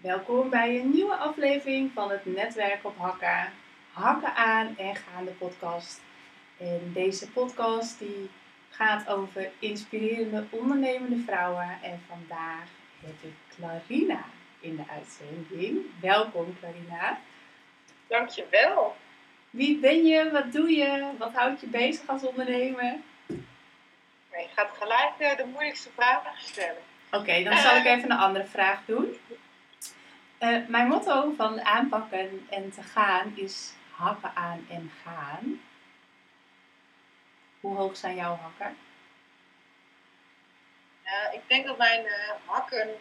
Welkom bij een nieuwe aflevering van het Netwerk op Hakken. Hakken aan en gaan de podcast. En deze podcast die gaat over inspirerende ondernemende vrouwen. En vandaag heb ik Clarina in de uitzending. Welkom Clarina. Dankjewel. Wie ben je? Wat doe je? Wat houdt je bezig als ondernemer? Je gaat gelijk de moeilijkste vragen stellen. Oké, dan zal ik even een andere vraag doen. Mijn motto van aanpakken en te gaan is hakken aan en gaan. Hoe hoog zijn jouw hakken? Ik denk dat mijn hakken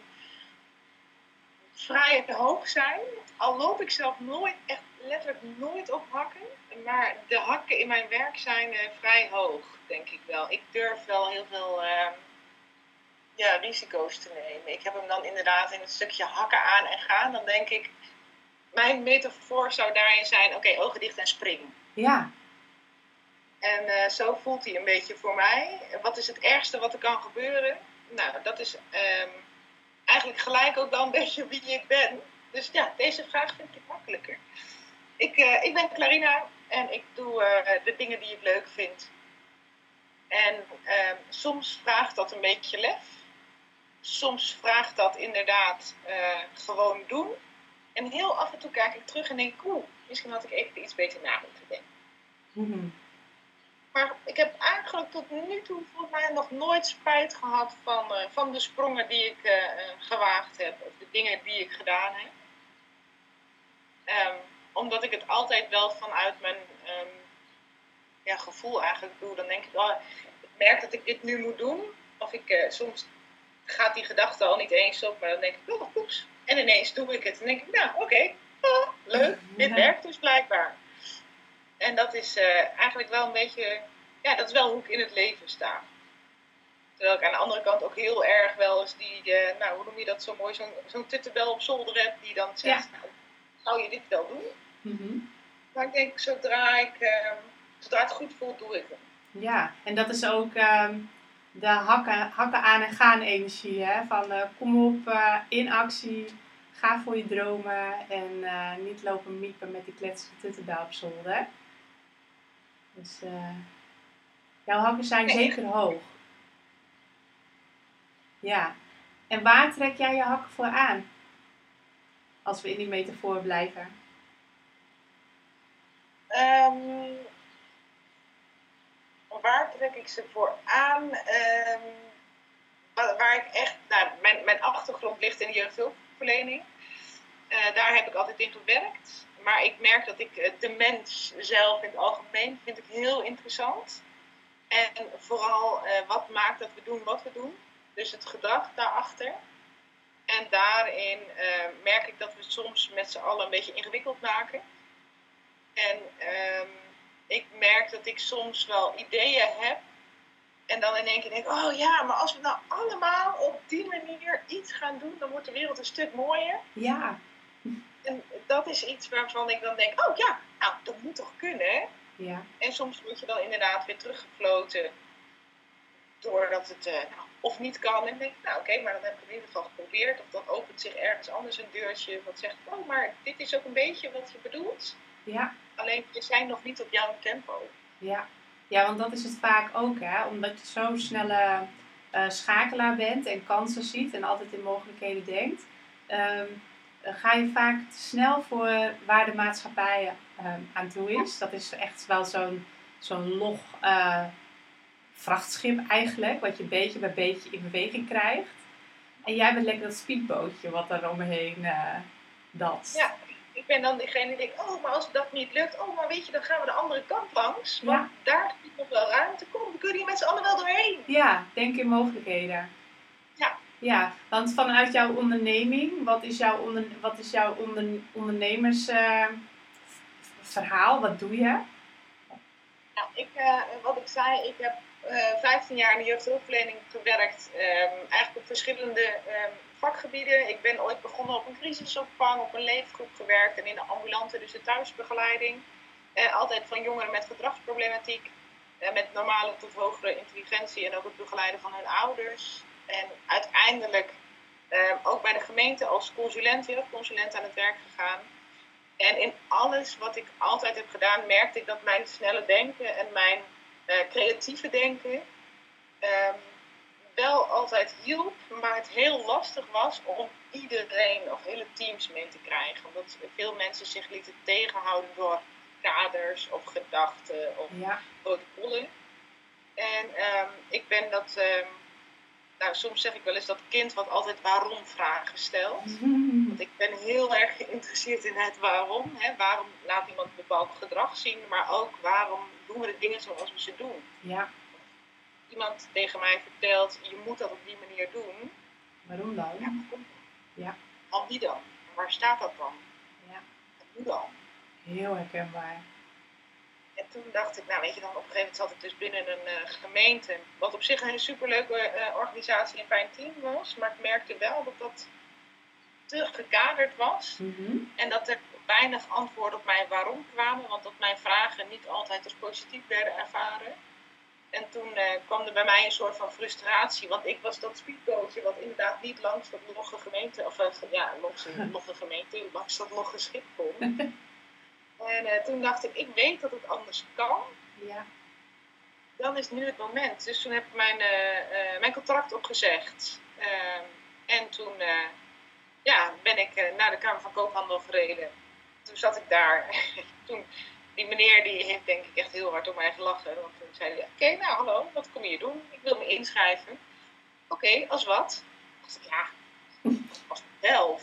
vrij hoog zijn. Al loop ik zelf echt letterlijk nooit op hakken. Maar de hakken in mijn werk zijn vrij hoog, denk ik wel. Ik durf wel heel veel risico's te nemen. Ik heb hem dan inderdaad in het stukje hakken aan en gaan. Dan denk ik, mijn metafoor zou daarin zijn, oké, ogen dicht en springen. Ja. En zo voelt hij een beetje voor mij. Wat is het ergste wat er kan gebeuren? Nou, dat is eigenlijk gelijk ook wel een beetje wie ik ben. Dus ja, deze vraag vind ik makkelijker. Ik ben Clarina en ik doe de dingen die ik leuk vind. En soms vraagt dat een beetje lef. Soms vraagt dat inderdaad gewoon doen. En heel af en toe kijk ik terug en denk, misschien had ik even iets beter na moeten denken. Mm-hmm. Maar ik heb eigenlijk tot nu toe volgens mij nog nooit spijt gehad van de sprongen die ik gewaagd heb. Of de dingen die ik gedaan heb. Omdat ik het altijd wel vanuit mijn gevoel eigenlijk doe. Dan denk ik, ik merk dat ik dit nu moet doen. Of soms gaat die gedachte al niet eens op. Maar dan denk ik, oeps. En ineens doe ik het. En denk ik, nou oké, leuk. Dit werkt dus blijkbaar. En dat is eigenlijk wel een beetje, dat is wel hoe ik in het leven sta. Terwijl ik aan de andere kant ook heel erg wel eens hoe noem je dat zo mooi, zo'n tuttenbel op zolder heb die dan zegt, zou je dit wel doen? Mm-hmm. Maar ik denk, zodra het goed voelt, doe ik het. Ja, en dat is ook de hakken aan en gaan energie. Hè? Van kom op, in actie, ga voor je dromen en niet lopen miepen met die kletsende tuttenbel op zolder. Dus jouw hakken zijn zeker hoog. Ja. En waar trek jij je hakken voor aan? Als we in die metafoor blijven. Waar trek ik ze voor aan? Waar ik echt, mijn achtergrond ligt in de jeugdhulpverlening. Daar heb ik altijd in gewerkt. Maar ik merk dat ik de mens zelf in het algemeen vind ik heel interessant. En vooral wat maakt dat we doen wat we doen. Dus het gedrag daarachter. En daarin merk ik dat we het soms met z'n allen een beetje ingewikkeld maken. En ik merk dat ik soms wel ideeën heb. En dan in één keer denk ik, maar als we nou allemaal op die manier iets gaan doen, dan wordt de wereld een stuk mooier. Ja. En dat is iets waarvan ik dan denk, dat moet toch kunnen? Ja. En soms word je dan inderdaad weer teruggefloten doordat het of niet kan. En denk ik, maar dan heb ik het in ieder geval geprobeerd. Of dan opent zich ergens anders een deurtje wat zegt, maar dit is ook een beetje wat je bedoelt. Ja. Alleen, je zijn nog niet op jouw tempo. Ja. Ja, want dat is het vaak ook, hè. Omdat je zo'n snelle schakelaar bent en kansen ziet en altijd in mogelijkheden denkt. Ga je vaak te snel voor waar de maatschappij aan toe is. Dat is echt wel zo'n log vrachtschip eigenlijk, wat je beetje bij beetje in beweging krijgt. En jij bent lekker dat speedbootje wat er omheen danst. Ja, ik ben dan degene die denkt, maar als dat niet lukt, maar weet je, dan gaan we de andere kant langs. Want daar is nog wel ruimte. Kom, we kunnen hier met z'n allen wel doorheen. Ja, denk in mogelijkheden. Ja. Ja, want vanuit jouw onderneming, wat is jouw ondernemersverhaal? Wat doe je? Wat ik zei, ik heb 15 jaar in de jeugdhulpverlening gewerkt. Eigenlijk op verschillende vakgebieden. Ik ben ooit begonnen op een crisisopvang, op een leefgroep gewerkt en in de ambulante, dus de thuisbegeleiding. Altijd van jongeren met gedragsproblematiek, met normale tot hogere intelligentie en ook het begeleiden van hun ouders. En uiteindelijk Ook bij de gemeente als consulent, jeugdconsulent aan het werk gegaan. En in alles wat ik altijd heb gedaan, merkte ik dat mijn snelle denken en mijn creatieve denken wel altijd hielp, maar het heel lastig was om iedereen of hele teams mee te krijgen. Omdat veel mensen zich lieten tegenhouden door kaders of gedachten of protocollen. En ik ben dat, soms zeg ik wel eens dat kind wat altijd waarom vragen stelt. Want ik ben heel erg geïnteresseerd in het waarom. Hè? Waarom laat iemand een bepaald gedrag zien, maar ook waarom doen we de dingen zoals we ze doen. Ja. Iemand tegen mij vertelt, je moet dat op die manier doen. Waarom dan? Ja, waarom? Ja. Van wie dan? En waar staat dat dan? Ja. En hoe dan? Heel herkenbaar. En toen dacht ik, weet je dan, op een gegeven moment zat ik dus binnen een gemeente, wat op zich een superleuke organisatie en fijn team was, maar ik merkte wel dat dat te gekaderd was en dat er weinig antwoorden op mijn waarom kwamen, want dat mijn vragen niet altijd als positief werden ervaren. En toen kwam er bij mij een soort van frustratie, want ik was dat speedbootje wat inderdaad niet langs dat logge gemeente, logge gemeente, langs dat logge schip kon. En toen dacht ik weet dat het anders kan. Ja. Dan is nu het moment. Dus toen heb ik mijn contract opgezegd. En toen ben ik naar de Kamer van Koophandel gereden. Toen zat ik daar. Toen, die meneer die heeft denk ik echt heel hard om mij gelachen. Want toen zei hij, oké, hallo, wat kom je hier doen? Ik wil me inschrijven. Oké, als wat? Toen dacht ik, als wel.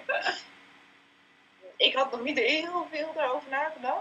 Ik had nog niet heel veel daarover nagedacht.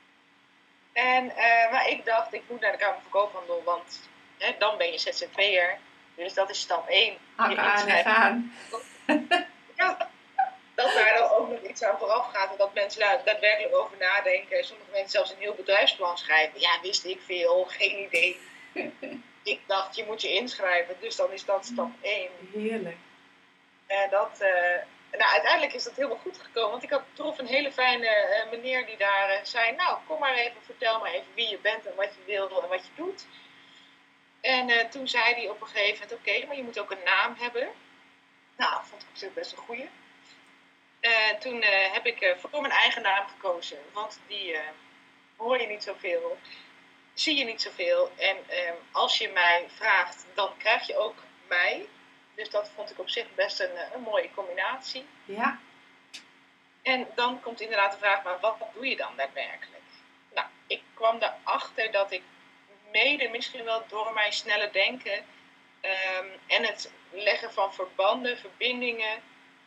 Maar ik dacht, ik moet naar de Kamer van Koophandel, want dan ben je ZZP'er. Dus dat is stap 1. Hakken aan en gaan. Ja, dat daar dan ook nog iets aan vooraf gaat en dat mensen daar daadwerkelijk over nadenken. Sommige mensen zelfs een heel bedrijfsplan schrijven. Ja, wist ik veel, geen idee. Ik dacht, je moet je inschrijven, dus dan is dat stap 1. Heerlijk. En uiteindelijk is dat helemaal goed gekomen, want ik trof een hele fijne meneer die daar zei, kom maar even, vertel maar even wie je bent en wat je wil en wat je doet. En toen zei hij op een gegeven moment, oké, maar je moet ook een naam hebben. Nou, vond ik op zich best een goeie. Toen heb ik voor mijn eigen naam gekozen, want die hoor je niet zoveel, zie je niet zoveel. En als je mij vraagt, dan krijg je ook mij. Dus dat vond ik op zich best een mooie combinatie. Ja. En dan komt inderdaad de vraag, maar wat doe je dan daadwerkelijk? Nou, ik kwam erachter dat ik mede misschien wel door mijn snelle denken en het leggen van verbanden, verbindingen,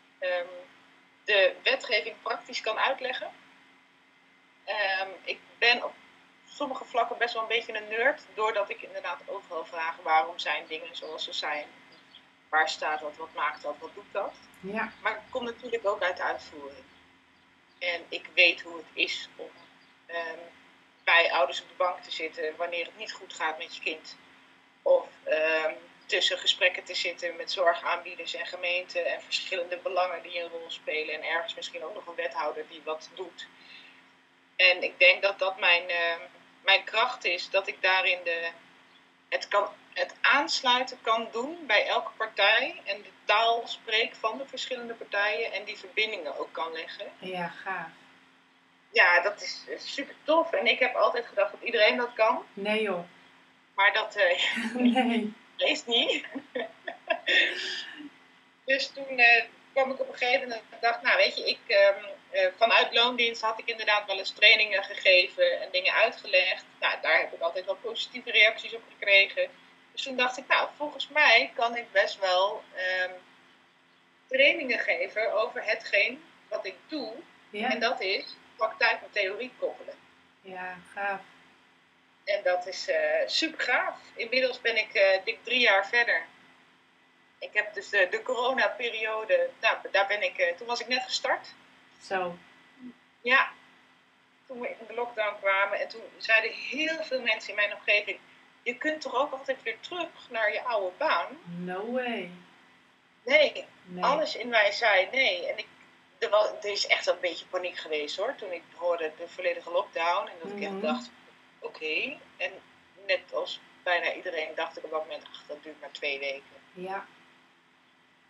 de wetgeving praktisch kan uitleggen. Ik ben op sommige vlakken best wel een beetje een nerd, doordat ik inderdaad overal vraag waarom zijn dingen zoals ze zijn. Waar staat dat, wat maakt dat, wat doet dat? Ja. Maar ik kom natuurlijk ook uit de uitvoering. En ik weet hoe het is om bij ouders op de bank te zitten wanneer het niet goed gaat met je kind. Of tussen gesprekken te zitten met zorgaanbieders en gemeenten en verschillende belangen die een rol spelen. En ergens misschien ook nog een wethouder die wat doet. En ik denk dat dat mijn kracht is, dat ik daarin het aansluiten kan doen bij elke partij en de taal spreek van de verschillende partijen en die verbindingen ook kan leggen. Ja, gaaf. Ja, dat is super tof en ik heb altijd gedacht dat iedereen dat kan. Nee joh. Maar dat nee. is niet. Dus toen kwam ik op een gegeven moment en dacht, weet je, vanuit loondienst had ik inderdaad wel eens trainingen gegeven en dingen uitgelegd. Nou, daar heb ik altijd wel positieve reacties op gekregen. Dus toen dacht ik, volgens mij kan ik best wel trainingen geven over hetgeen wat ik doe. Ja. En dat is praktijk met theorie koppelen. Ja, gaaf. En dat is super gaaf. Inmiddels ben ik dik 3 jaar verder. Ik heb dus de corona-periode, toen was ik net gestart. Zo. Ja, toen we in de lockdown kwamen en toen zeiden heel veel mensen in mijn omgeving, je kunt toch ook altijd weer terug naar je oude baan? No way. Nee. Alles in mij zei nee. En er is echt een beetje paniek geweest hoor, toen ik hoorde de volledige lockdown. En dat ik echt dacht, oké. En net als bijna iedereen dacht ik op dat moment, dat duurt maar 2 weken. Ja. En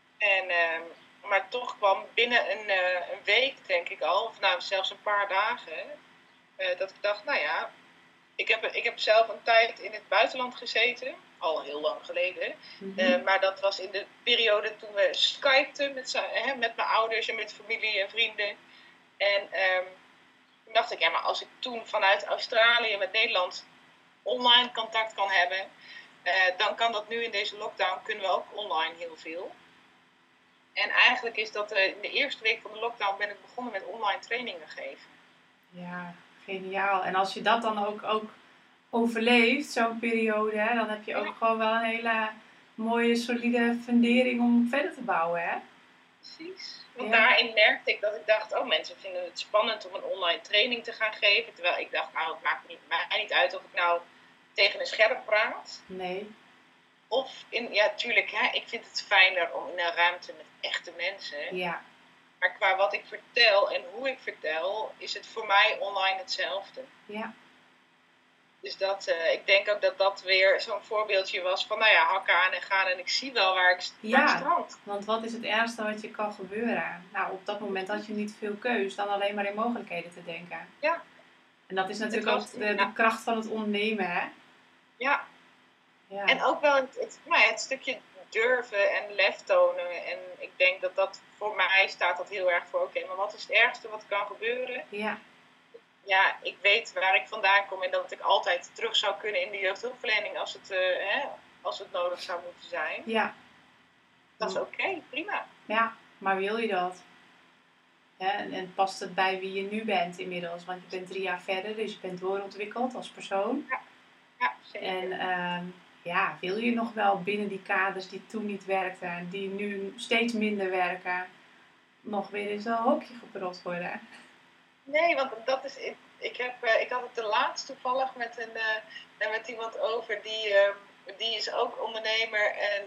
Maar toch kwam binnen een week, denk ik al, of nou zelfs een paar dagen, dat ik dacht, nou ja, ik heb zelf een tijd in het buitenland gezeten, al heel lang geleden. Maar dat was in de periode toen we skypten met mijn ouders en met familie en vrienden. En toen dacht ik, ja, maar als ik toen vanuit Australië met Nederland online contact kan hebben, dan kan dat nu in deze lockdown, kunnen we ook online heel veel. En eigenlijk is dat in de eerste week van de lockdown ben ik begonnen met online trainingen geven. Ja, geniaal. En als je dat dan ook overleeft, zo'n periode, hè, dan heb je ook gewoon wel een hele mooie, solide fundering om verder te bouwen, hè? Precies. Want daarin merkte ik dat ik dacht, oh, mensen vinden het spannend om een online training te gaan geven. Terwijl ik dacht, nou, het maakt mij niet uit of ik nou tegen een scherm praat. Nee. Of, tuurlijk, ik vind het fijner om in een ruimte met echte mensen. Ja. Maar qua wat ik vertel en hoe ik vertel, is het voor mij online hetzelfde. Ja. Dus ik denk ook dat dat weer zo'n voorbeeldje was van, nou ja, hakken aan en gaan en ik zie wel waar ik strand. Want wat is het ergste wat je kan gebeuren? Nou, op dat moment had je niet veel keus dan alleen maar in mogelijkheden te denken. Ja. En dat is natuurlijk ook de kracht van het ondernemen, hè? Ja. En ook wel het stukje durven en lef tonen. En ik denk dat voor mij staat dat heel erg voor, oké, maar wat is het ergste wat kan gebeuren? Ja. Ja, ik weet waar ik vandaan kom en dat ik altijd terug zou kunnen in de jeugdhulpverlening als het nodig zou moeten zijn. Ja. Dat is oké, prima. Ja, maar wil je dat? En past het bij wie je nu bent inmiddels? Want je bent 3 jaar verder, dus je bent doorontwikkeld als persoon. Ja, zeker. En wil je nog wel binnen die kaders die toen niet werkten en die nu steeds minder werken, nog weer in zo'n hokje gepropt worden? Nee, want dat is. Ik had het de laatst toevallig met iemand over, die is ook ondernemer. En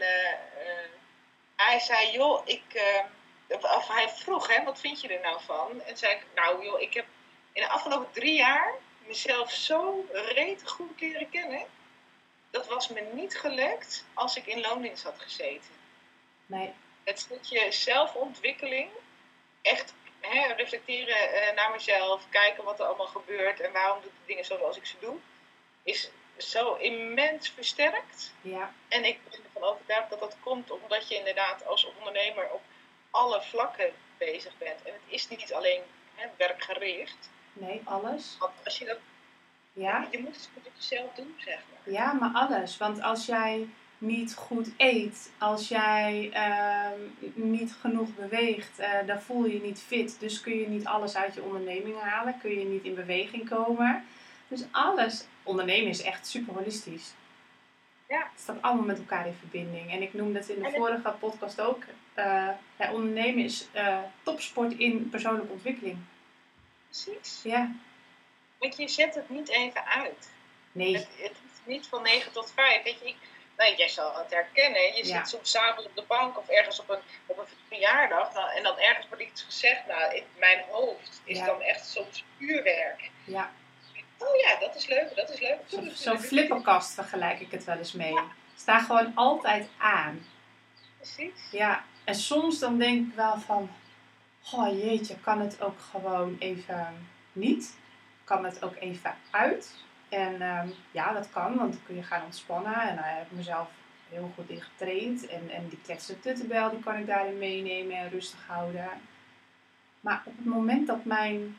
hij zei, joh, of hij vroeg, wat vind je er nou van? En zei ik, nou joh, ik heb in de afgelopen 3 jaar mezelf zo rete goed leren kennen. Dat was me niet gelukt als ik in loondienst had gezeten. Nee. Het stukje zelfontwikkeling, echt reflecteren naar mezelf, kijken wat er allemaal gebeurt en waarom doe ik dingen zoals ik ze doe, is zo immens versterkt. Ja. En ik ben ervan overtuigd dat dat komt omdat je inderdaad als ondernemer op alle vlakken bezig bent. En het is niet alleen werkgericht. Nee, alles. Want als je dat... Ja. Je moet het met jezelf doen, zeg maar. Ja, maar alles. Want als jij niet goed eet, als jij niet genoeg beweegt, dan voel je je niet fit. Dus kun je niet alles uit je onderneming halen, kun je niet in beweging komen. Dus alles. Ondernemen is echt super holistisch. Ja. Het staat allemaal met elkaar in verbinding. En ik noemde het in de vorige podcast ook. Ondernemen is topsport in persoonlijke ontwikkeling. Precies. Ja. Want je zet het niet even uit. Nee. Het is niet van 9 tot 5. Weet je, jij zal het herkennen. Je zit soms 's avonds op de bank of ergens op een verjaardag. En dan ergens wordt iets gezegd. Nou, in mijn hoofd is dan echt soms vuurwerk. Ja. Oh ja, dat is leuk, dat is leuk. Zo'n flipperkast vergelijk ik het wel eens mee. Ja. Sta gewoon altijd aan. Precies. Ja, en soms dan denk ik wel van, oh jeetje, kan het ook gewoon even niet? Kan het ook even uit? En dat kan, want dan kun je gaan ontspannen. En daar heb ik mezelf heel goed in getraind. En die kletsen-tuttenbel, die kan ik daarin meenemen en rustig houden. Maar op het moment dat mijn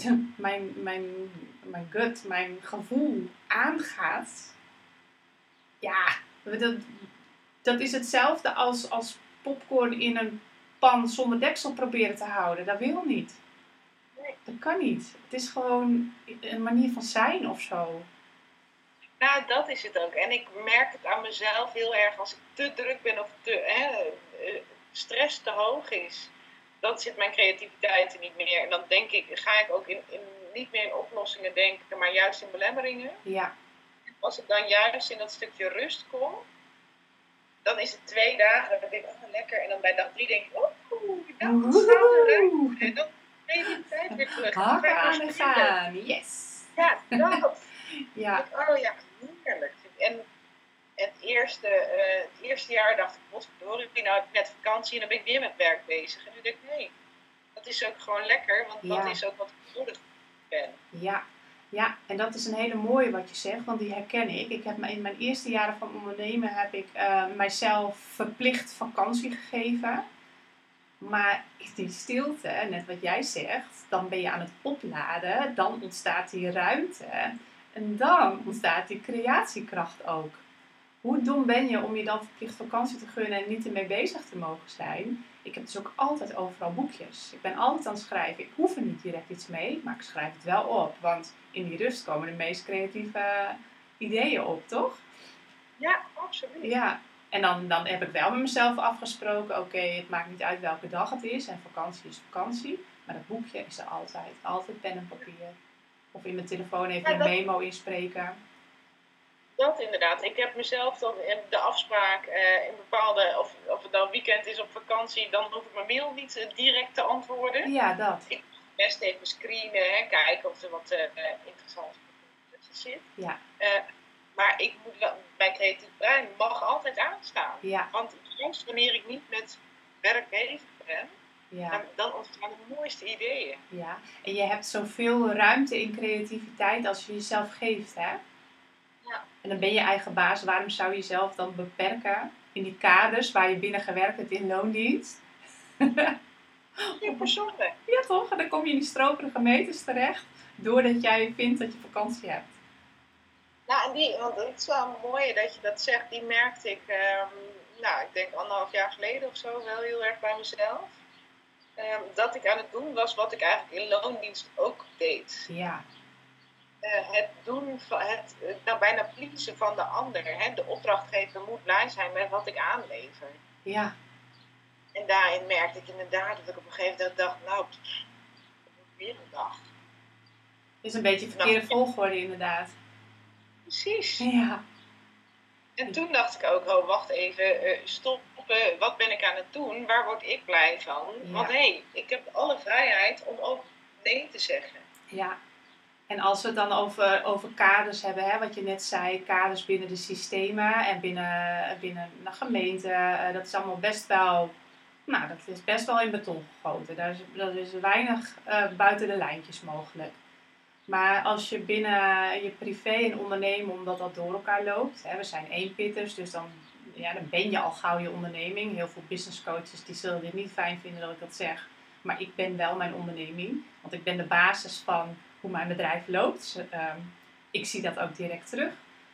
gut, mijn gevoel aangaat, ja, dat is hetzelfde als popcorn in een pan zonder deksel proberen te houden. Dat wil niet. Nee. Dat kan niet. Het is gewoon een manier van zijn of zo. Nou, dat is het ook. En ik merk het aan mezelf heel erg als ik te druk ben of stress te hoog is. Dan zit mijn creativiteit er niet meer. En dan ga ik ook niet meer in oplossingen denken, maar juist in belemmeringen. Ja. Als ik dan juist in dat stukje rust kom, dan is het 2 dagen, dan denk ik, oh lekker. En dan bij dag 3 denk ik, wat gaat eruit? En dan ben je die tijd weer terug. Hakken aan en gaan, yes! Ja, dat. Ja. Oh ja, heerlijk. het eerste jaar dacht ik, potverdorie, nou heb ik net vakantie en dan ben ik weer met werk bezig. En nu denk ik, nee, dat is ook gewoon lekker, want dat is ook wat ik nodig ben. Ja, en dat is een hele mooie wat je zegt, want die herken ik. Ik heb in mijn eerste jaren van ondernemen heb ik mijzelf verplicht vakantie gegeven. Maar in die stilte, net wat jij zegt, dan ben je aan het opladen, dan ontstaat die ruimte en dan ontstaat die creatiekracht ook. Hoe dom ben je om je dan verplicht vakantie te gunnen en niet ermee bezig te mogen zijn? Ik heb dus ook altijd overal boekjes. Ik ben altijd aan het schrijven. Ik hoef er niet direct iets mee, maar ik schrijf het wel op. Want in die rust komen de meest creatieve ideeën op, toch? Ja, absoluut. Ja, en dan heb ik wel met mezelf afgesproken. Oké, het maakt niet uit welke dag het is. En vakantie is vakantie. Maar dat boekje is er altijd. Altijd pen en papier. Of in mijn telefoon even een memo inspreken. Dat inderdaad. Ik heb mezelf dan de afspraak in bepaalde, of het dan weekend is op vakantie, dan hoef ik mijn mail niet direct te antwoorden. Ja, dat. Ik moet best even screenen, kijken of er wat interessants tussen zit. Ja. Maar ik moet wel, mijn creatief brein mag altijd aanstaan. Ja. Want soms wanneer ik niet met werk bezig ben, ja. dan ontstaan de mooiste ideeën. Ja, en je hebt zoveel ruimte in creativiteit als je jezelf geeft, hè? Ja. En dan ben je eigen baas. Waarom zou je jezelf dan beperken in die kaders waar je binnen gewerkt hebt in loondienst? Ja, persoonlijk. Ja, toch? En dan kom je in die stroperige meters terecht, doordat jij vindt dat je vakantie hebt. Nou, want het is wel mooi dat je dat zegt. Die merkte ik, ik denk 1,5 jaar geleden of zo, wel heel erg bij mezelf. Dat ik aan het doen was wat ik eigenlijk in loondienst ook deed. Ja. Het doen van bijna pleasen van de ander. Hè? De opdrachtgever moet blij zijn met wat ik aanlever. Ja. En daarin merkte ik inderdaad dat ik op een gegeven moment dacht, nou, weer een dag. Is een beetje verkeerde volgorde inderdaad. Precies. Ja. En toen dacht ik ook, wacht even, stoppen, wat ben ik aan het doen? Waar word ik blij van? Ja. Want ik heb alle vrijheid om ook nee te zeggen. Ja. En als we het dan over kaders hebben, hè, wat je net zei, kaders binnen de systemen en binnen een gemeente, dat is allemaal best wel, dat is best wel in beton gegoten. Dat is weinig buiten de lijntjes mogelijk. Maar als je binnen je privé en ondernemen, omdat dat door elkaar loopt, hè, we zijn eenpitters, dus dan ben je al gauw je onderneming. Heel veel business coaches die zullen dit niet fijn vinden dat ik dat zeg, maar ik ben wel mijn onderneming, want ik ben de basis van hoe mijn bedrijf loopt. Ik zie dat ook direct terug.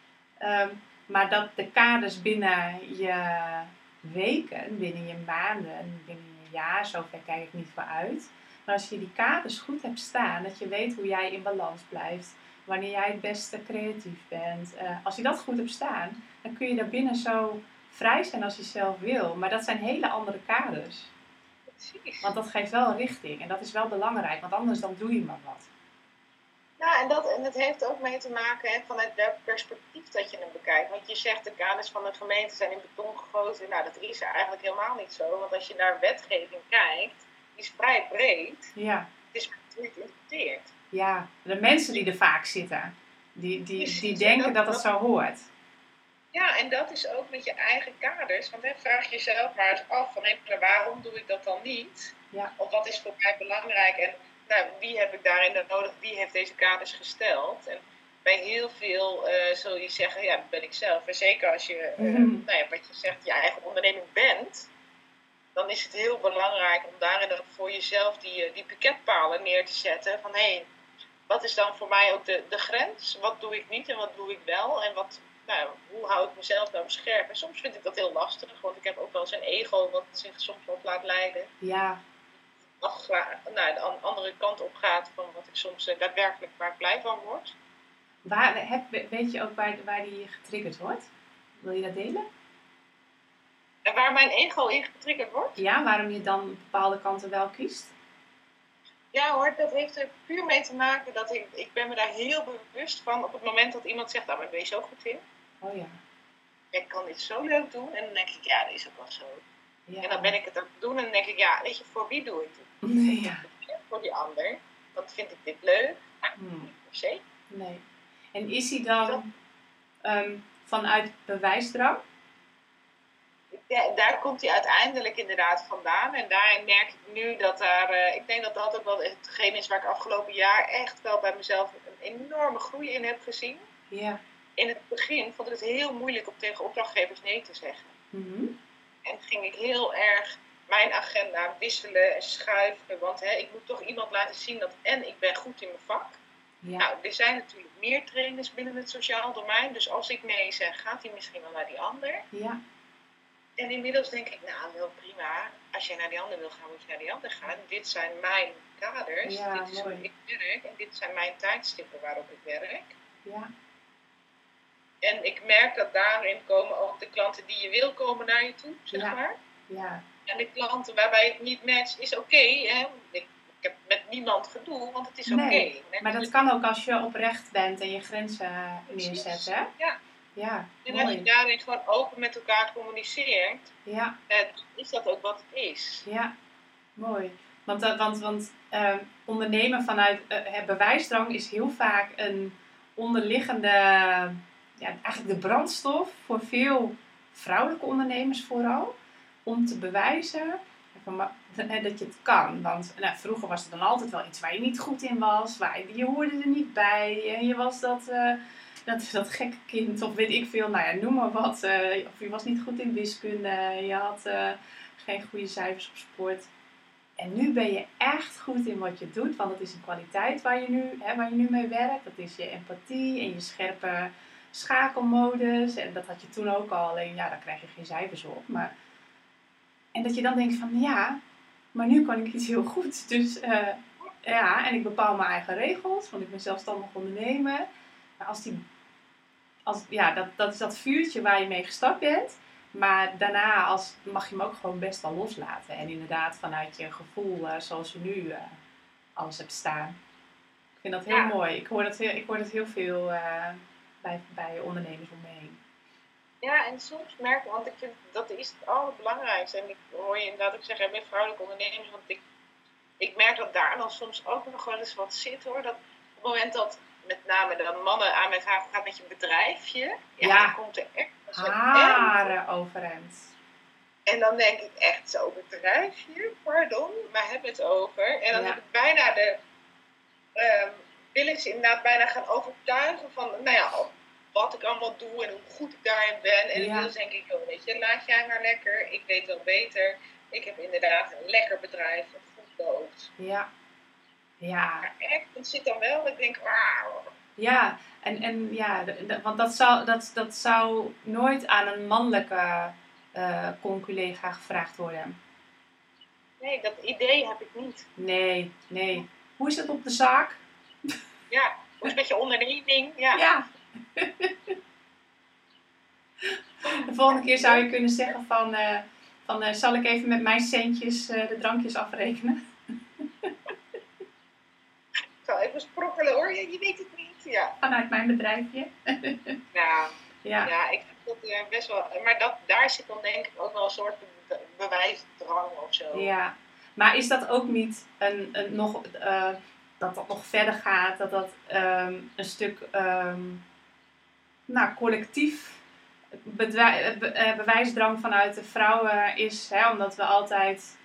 Maar dat de kaders binnen je weken, binnen je maanden, binnen je jaar, zover kijk ik niet voor uit. Maar als je die kaders goed hebt staan, dat je weet hoe jij in balans blijft, wanneer jij het beste creatief bent. Als je dat goed hebt staan, dan kun je daarbinnen zo vrij zijn als je zelf wil. Maar dat zijn hele andere kaders. Precies. Want dat geeft wel een richting en dat is wel belangrijk, want anders dan doe je maar wat. Ja, en het heeft ook mee te maken vanuit welk perspectief dat je hem bekijkt. Want je zegt de kaders van de gemeente zijn in beton gegoten. Nou, dat is eigenlijk helemaal niet zo. Want als je naar wetgeving kijkt, die is vrij breed. Ja. Het is hoe je het interpreteert. Ja, de mensen die er vaak zitten, die denken dat het zo hoort. Ja, en dat is ook met je eigen kaders. Want vraag jezelf maar eens af van waarom doe ik dat dan niet? Ja. Of wat is voor mij belangrijk? En wie heb ik daarin nodig? Wie heeft deze kaders gesteld? En bij heel veel zul je zeggen, ja, dat ben ik zelf. En zeker als je, wat je zegt, je eigen onderneming bent, dan is het heel belangrijk om daarin ook voor jezelf die pakketpalen neer te zetten. Van wat is dan voor mij ook de grens? Wat doe ik niet en wat doe ik wel? En hoe hou ik mezelf nou scherp? En soms vind ik dat heel lastig, want ik heb ook wel eens een ego wat zich soms wat laat leiden. Ja. De andere kant op gaat van wat ik soms daadwerkelijk waar ik blij van word. Weet je ook waar die getriggerd wordt? Wil je dat delen? En waar mijn ego in getriggerd wordt? Ja, waarom je dan bepaalde kanten wel kiest? Ja hoor, dat heeft er puur mee te maken dat ik ben me daar heel bewust van op het moment dat iemand zegt, maar ben je zo goed in? Oh ja. Ik kan dit zo leuk doen en dan denk ik, ja, dat is ook wel zo. Ja. En dan ben ik het aan het doen en dan denk ik, ja, weet je, voor wie doe ik dit? Nee, ja. Voor die ander. Want vind ik dit leuk? Niet per se. Nee. En is hij dan vanuit bewijsdrang? Ja, daar komt hij uiteindelijk inderdaad vandaan. En daarin merk ik nu dat ik denk dat dat ook wel hetgeen is waar ik afgelopen jaar echt wel bij mezelf een enorme groei in heb gezien. Ja. In het begin vond ik het heel moeilijk om tegen opdrachtgevers nee te zeggen. Mm-hmm. En ging ik heel erg mijn agenda wisselen en schuiven. Want ik moet toch iemand laten zien dat ik ben goed in mijn vak. Ja. Nou, er zijn natuurlijk meer trainers binnen het sociaal domein. Dus als ik nee zeg, gaat hij misschien wel naar die ander. Ja. En inmiddels denk ik, nou wel prima. Als jij naar die ander wil gaan, moet je naar die ander gaan. Dit zijn mijn kaders. Ja, dit is mooi. hoe ik werk. En dit zijn mijn tijdstippen waarop ik werk. Ja. En ik merk dat daarin komen ook de klanten die je wil komen naar je toe, zeg maar. Ja. En de klanten waarbij het niet matcht, is oké. Ik heb met niemand gedoe, want het is oké. Nee, maar dat kan ook als je oprecht bent en je grenzen neerzet, hè? Ja. Ja, en mooi. als je daarin gewoon open met elkaar communiceert, ja. Is dat ook wat het is. Ja, mooi. Want ondernemen vanuit bewijsdrang is heel vaak een onderliggende, eigenlijk de brandstof voor veel vrouwelijke ondernemers vooral. Om te bewijzen dat je het kan. Want vroeger was het dan altijd wel iets waar je niet goed in was. Je hoorde er niet bij. En je was dat gekke kind of weet ik veel. Nou ja, noem maar wat. Of je was niet goed in wiskunde. Je had geen goede cijfers op sport. En nu ben je echt goed in wat je doet. Want dat is een kwaliteit waar je nu mee werkt. Dat is je empathie en je scherpe schakelmodus. En dat had je toen ook al. Alleen daar krijg je geen cijfers op. En dat je dan denkt van ja, maar nu kan ik iets heel goed. Dus en ik bepaal mijn eigen regels. Want ik ben zelfstandig ondernemer. Maar dat is dat vuurtje waar je mee gestart bent. Maar daarna mag je hem ook gewoon best wel loslaten. En inderdaad vanuit je gevoel zoals je nu alles hebt staan. Ik vind dat heel mooi. Ik hoor dat heel veel bij ondernemers om me heen. Ja, en soms merk ik, want ik vind dat is het allerbelangrijkste. En ik hoor je inderdaad ook zeggen, met vrouwelijke ondernemers. Want ik merk dat daar dan soms ook nog wel eens wat zit hoor. Dat op het moment dat met name de mannen aan mij vragen, gaat met je bedrijfje? Ja. Dan komt er echt haren overeind. En dan denk ik echt, zo'n bedrijfje, pardon, maar heb het over. En dan heb ik bijna wil ik ze inderdaad bijna gaan overtuigen van, wat ik allemaal doe en hoe goed ik daarin ben. En inmiddels denk ik, weet je, laat jij maar lekker. Ik weet wel beter. Ik heb inderdaad een lekker bedrijf, wat goed loopt. Ja. Maar echt, het zit dan wel, ik denk, wauw. Ja, want dat zou nooit aan een mannelijke conculega gevraagd worden. Nee, dat idee heb ik niet. Nee. Hoe is het op de zaak? Ja, hoe is het met je onderneming? Ja. De volgende keer zou je kunnen zeggen van zal ik even met mijn centjes de drankjes afrekenen? Ik zal even sprokkelen hoor, je weet het niet. Ja. Vanuit mijn bedrijfje. Ja, ik vind dat best wel. Maar daar zit dan denk ik ook wel een soort bewijsdrang of zo. Ja. Maar is dat ook niet dat nog verder gaat, dat een stuk collectief bewijsdrang vanuit de vrouwen is, hè, omdat we altijd,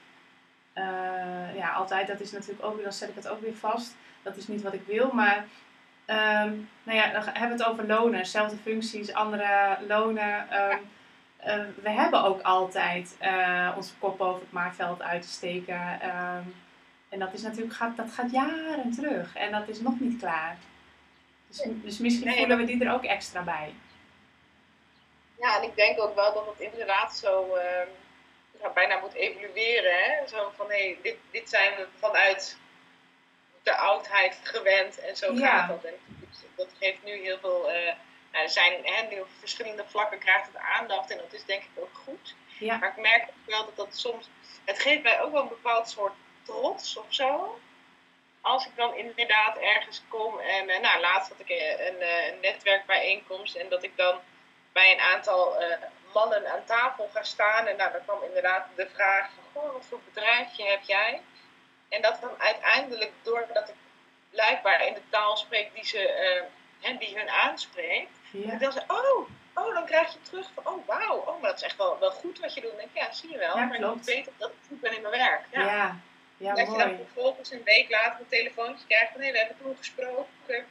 dat is natuurlijk ook weer, dan zet ik het ook weer vast, dat is niet wat ik wil, maar dan hebben we het over lonen, zelfde functies, andere lonen. We hebben ook altijd onze kop boven het maaiveld uit te steken. En dat is natuurlijk, dat gaat jaren terug. En dat is nog niet klaar. Dus misschien voelen we die er ook extra bij. Ja, en ik denk ook wel dat het inderdaad zo bijna moet evolueren. Hè? Zo van, dit zijn we vanuit de oudheid gewend en zo gaat dat. En dat geeft nu heel veel... er zijn nu op verschillende vlakken krijgt het aandacht en dat is denk ik ook goed. Ja. Maar ik merk ook wel dat soms... Het geeft mij ook wel een bepaald soort trots of zo. Als ik dan inderdaad ergens kom en laatst had ik een netwerkbijeenkomst en dat ik dan bij een aantal mannen aan tafel ga staan en dan kwam inderdaad de vraag van, wat voor bedrijfje heb jij? En dat dan uiteindelijk, doordat ik blijkbaar in de taal spreek die hun aanspreekt, dan zei dan krijg je terug van, oh wauw, maar dat is echt wel goed wat je doet. En dan denk ik, ja, zie je wel, Ja, maar klopt. ik weet dat ik goed ben in mijn werk. Ja. Ja, Dat je dan mooi. vervolgens een week later een telefoontje krijgt van, we hebben toen gesproken.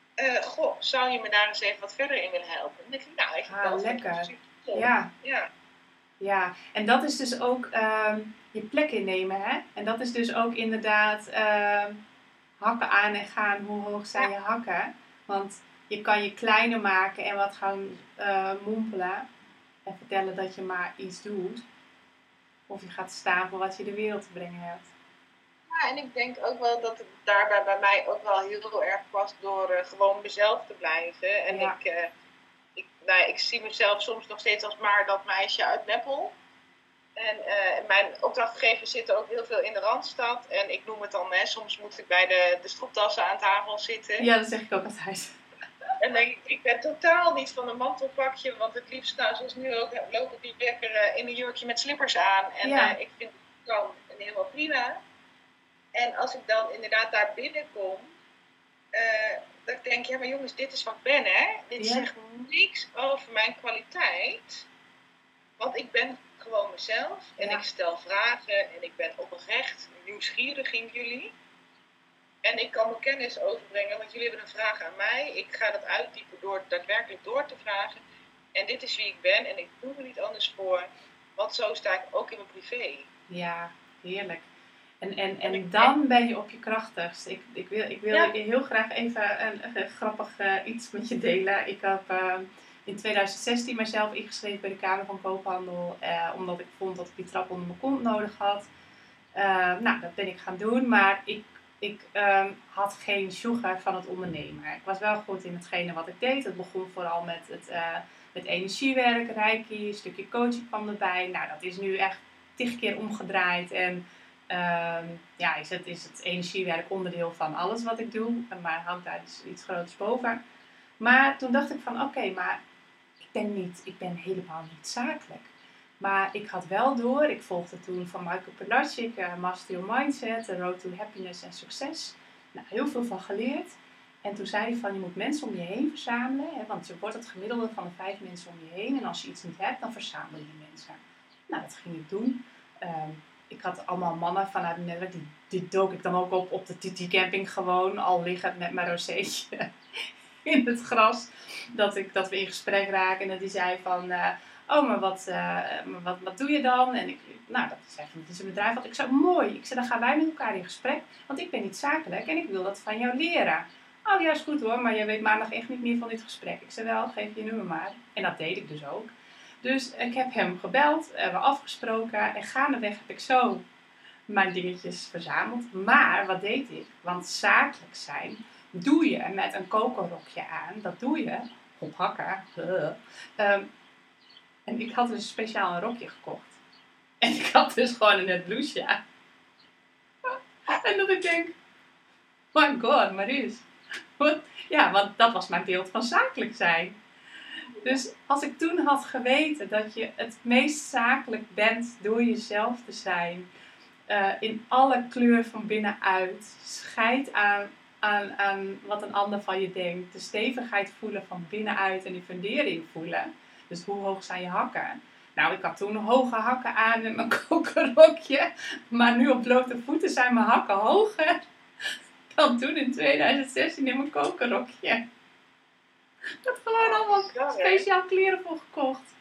Zou je me daar eens even wat verder in willen helpen? Dan denk ik, dat vind ik lekker. super tof. Ja. Ja, en dat is dus ook je plek innemen, hè? En dat is dus ook inderdaad hakken aan en gaan. Hoe hoog zijn je hakken? Want je kan je kleiner maken en wat gaan mompelen. En vertellen dat je maar iets doet. Of je gaat staan voor wat je de wereld te brengen hebt. Ja, en ik denk ook wel dat het daarbij bij mij ook wel heel erg past door gewoon mezelf te blijven. En ik zie mezelf soms nog steeds als maar dat meisje uit Meppel. En mijn opdrachtgevers zitten ook heel veel in de Randstad. En ik noem het dan, soms moet ik bij de stropdassen aan tafel zitten. Ja, dat zeg ik ook altijd. En denk ik ben totaal niet van een mantelpakje. Want het liefst, zoals nu ook, loop ik lekker in een jurkje met slippers aan. En ik vind het kan helemaal prima. En als ik dan inderdaad daar binnenkom, dan denk ik, ja maar jongens, dit is wat ik ben, hè. Dit zegt niks over mijn kwaliteit. Want ik ben gewoon mezelf en ik stel vragen en ik ben oprecht nieuwsgierig in jullie. En ik kan mijn kennis overbrengen, want jullie hebben een vraag aan mij. Ik ga dat uitdiepen door daadwerkelijk door te vragen. En dit is wie ik ben en ik doe er niet anders voor. Want zo sta ik ook in mijn privé. Ja, heerlijk. En dan ben je op je krachtigst. Ik wil heel graag even een grappig iets met je delen. Ik heb in 2016 mezelf ingeschreven bij de Kamer van Koophandel. Omdat ik vond dat ik die trap onder mijn kont nodig had. Dat ben ik gaan doen. Maar ik had geen sugar van het ondernemen. Ik was wel goed in hetgene wat ik deed. Het begon vooral met energiewerk, reiki, een stukje coaching kwam erbij. Nou, dat is nu echt 10 keer omgedraaid. En is het energiewerk onderdeel van alles wat ik doe. Maar hangt daar dus iets groters boven. Maar toen dacht ik van oké, maar ik ben helemaal niet zakelijk. Maar ik had wel door, ik volgde toen van Michael Pilarczyk, Master Your Mindset, The Road to Happiness en Succes. Nou, heel veel van geleerd. En toen zei hij van, je moet mensen om je heen verzamelen. Hè, want je wordt het gemiddelde van de 5 mensen om je heen. En als je iets niet hebt, dan verzamel je mensen. Nou, dat ging ik doen. Ik had allemaal mannen vanuit mijn netwerk. Die dook ik dan ook op de TT Camping gewoon. Al liggend met mijn rozeetje in het gras. Dat we in gesprek raken. En dat die zei van... maar wat doe je dan? En dat zei van, het is een bedrijf. Ik zei, mooi. Ik zei, dan gaan wij met elkaar in gesprek. Want ik ben niet zakelijk en ik wil dat van jou leren. Oh ja, is goed hoor. Maar je weet maandag echt niet meer van dit gesprek. Ik zei, wel, geef je nummer maar. En dat deed ik dus ook. Dus ik heb hem gebeld, we hebben afgesproken en gaandeweg heb ik zo mijn dingetjes verzameld. Maar wat deed ik? Want zakelijk zijn doe je met een kokerrokje aan. Dat doe je op hakken. En ik had dus speciaal een rokje gekocht. En ik had dus gewoon een net blouseje aan. En dat ik denk, my god, Maries. Ja, want dat was mijn beeld van zakelijk zijn. Dus als ik toen had geweten dat je het meest zakelijk bent door jezelf te zijn. In alle kleur van binnenuit. Scheid aan wat een ander van je denkt. De stevigheid voelen van binnenuit en die fundering voelen. Dus hoe hoog zijn je hakken? Nou, ik had toen hoge hakken aan met mijn kokerrokje. Maar nu op blote voeten zijn mijn hakken hoger dan toen in 2016 in mijn kokerrokje. Ik had gewoon allemaal speciaal kleren voor gekocht.